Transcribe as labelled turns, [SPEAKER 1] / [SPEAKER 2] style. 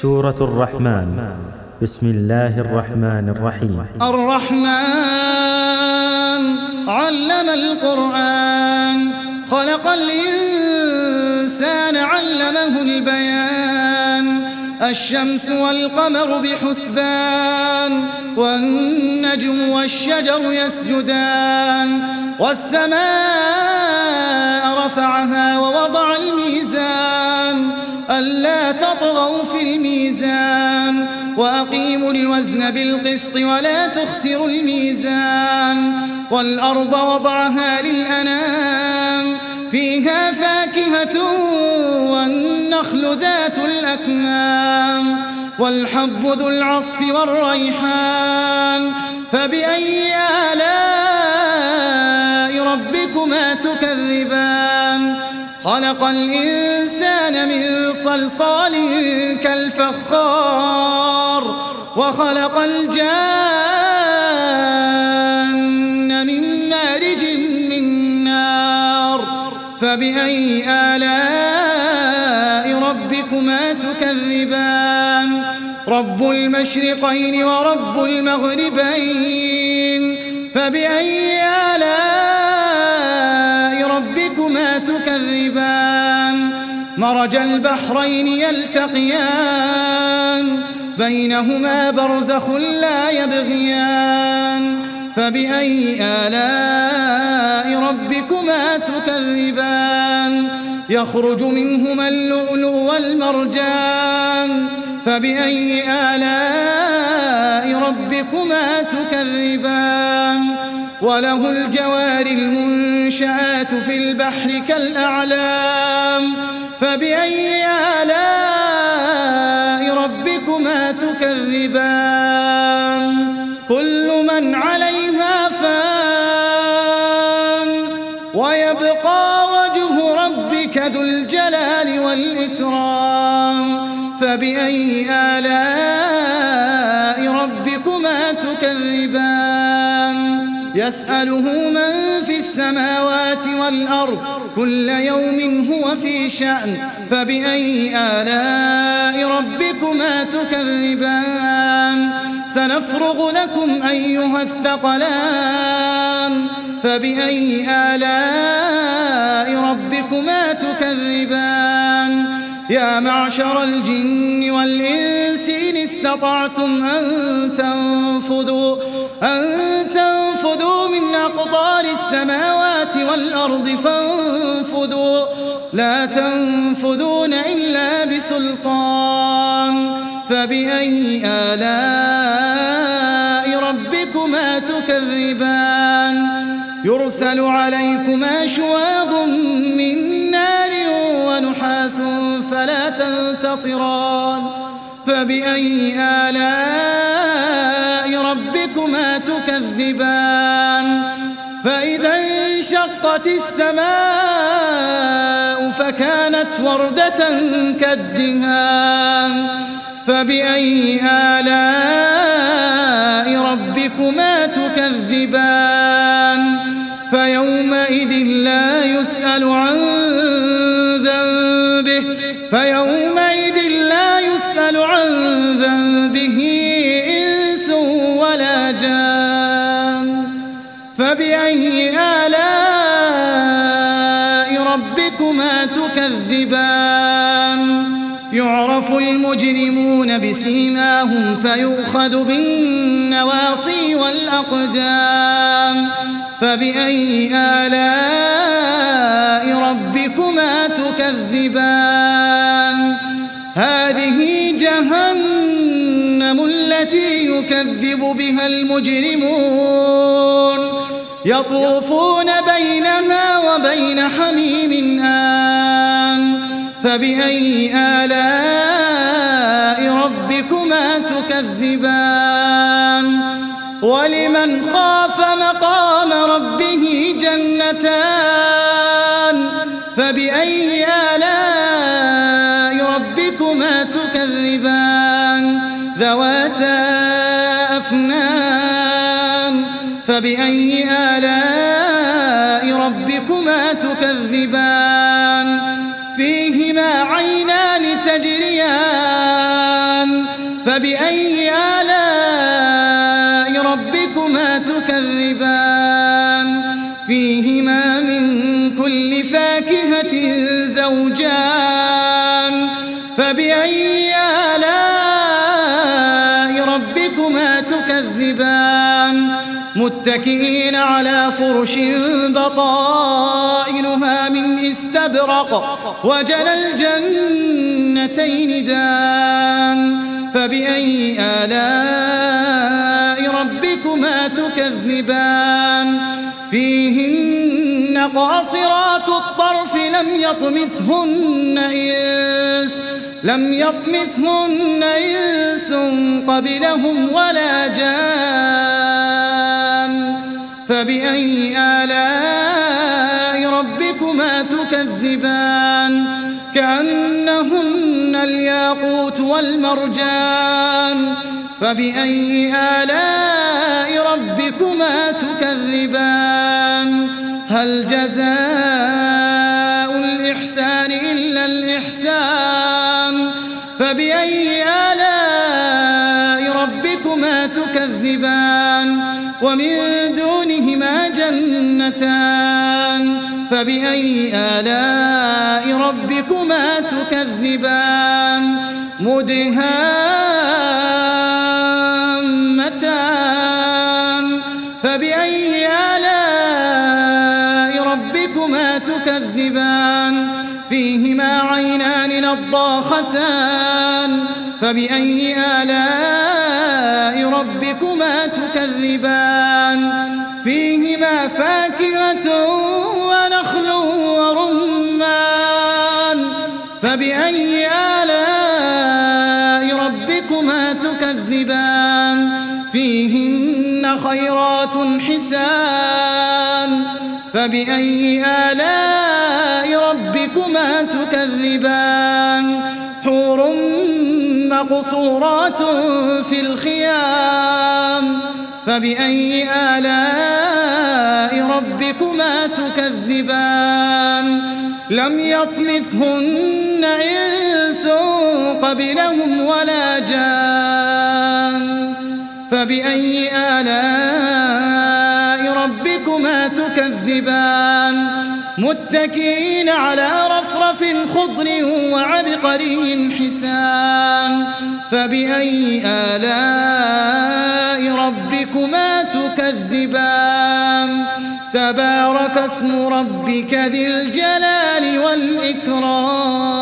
[SPEAKER 1] سورة الرحمن. بسم الله الرحمن الرحيم.
[SPEAKER 2] الرحمن علم القرآن، خلق الإنسان علمه البيان. الشمس والقمر بحسبان، والنجم والشجر يسجدان. والسماء رفعها ووضع الميزان، ألا تطغوا في الميزان، وأقيموا الوزن بالقسط ولا تخسروا الميزان. والأرض وضعها للأنام، فيها فاكهة والنخل ذات الأكمام، والحب ذو العصف والريحان. فبأي آلاء ربكما تكذبان؟ خلق الإنسان من صلصال كالفخار، وخلق الجان من مارج من نار. فبأي آلاء ربكما تكذبان؟ رب المشرقين ورب المغربين. فبأي آلاء ربكما تكذبان؟ مرج البحرين يلتقيان، بينهما برزخ لا يبغيان. فبأي آلاء ربكما تكذبان؟ يخرج منهما اللؤلؤ والمرجان. فبأي آلاء ربكما تكذبان؟ وله الجوار المنشآت في البحر كالأعلام. فبأي آلاء ربكما تكذبان؟ كل من عليها فان، ويبقى وجه ربك ذو الجلال والإكرام. فبأي آلاء ربكما تكذبان؟ يسأله من في السماوات والأرض، كل يوم هو في شأن. فبأي آلاء ربكما تكذبان؟ سنفرغ لكم أيها الثقلان. فبأي آلاء ربكما تكذبان؟ يا معشر الجن والإنس إن استطعتم أن تنفذوا من أقطار السماوات والأرض فانفذوا، لا تنفذون إلا بسلطان. فبأي آلاء ربكما تكذبان؟ يرسل عليكما شواظ من نار ونحاس فلا تنتصران. فبأي آلاء ربكما تكذبان؟ فإذا انشقت السماء فكانت وردة كالدهان. فبأي آلاء ربكما تكذبان؟ فيومئذ لا يسأل عن ذنبه، إنس ولا جان. فبأي آلاء ربكما تكذبان؟ يعرف المجرمون بسيماهم فيؤخذ بالنواصي والأقدام. فبأي آلاء ربكما تكذبان؟ هذه جهنم التي يكذب بها المجرمون، يطوفون بينها وبين حميم آن. فبأي آلاء ربكما تكذبان؟ ولمن خاف مقام ربه جنتان. فبأي آلاء ربكما تكذبان؟ ذواتا أفنان. فبأي آلاء ربكما تكذبان؟ فيهما عينان تجريان فبأي آلاء ربكما تكذبان فيهما من كل فاكهة زوجان فبأي آلاء ربكما تكذبان متكئين على فرش بطائنها من استبرق وجنى الجنتين دان فبأي آلاء ربكما تكذبان فيهن قاصرات الطرف لم يطمثهن إنس قبلهم ولا جان فبأي آلاء ربكما تكذبان كأنهن الياقوت والمرجان فبأي آلاء ربكما تكذبان هل جزاء الإحسان إلا الإحسان فبأي آلاء ربكما تكذبان ومن دونهما جنتان فبأي آلاء ربكما تكذبان مدهامتان فبأي آلاء ربكما تكذبان فيهما عينان نضاختان فبأي آلاء ربكما تكذبان فيهما فاكهة ونخل ورمان فبأي آلاء ربكما تكذبان فيهن خيرات حسان فبأي آلاء ربكما تكذبان حور مقصورات في الخيام فبأي آلاء ربكما تكذبان لم يطمثهن إنس قبلهم ولا جان فبأي آلاء ربكما تكذبان متكئين على رفرف خضر وعبقري حسان فبأي آلاء ربكما تكذبان تبارك اسم ربك ذي الجلال والإكرام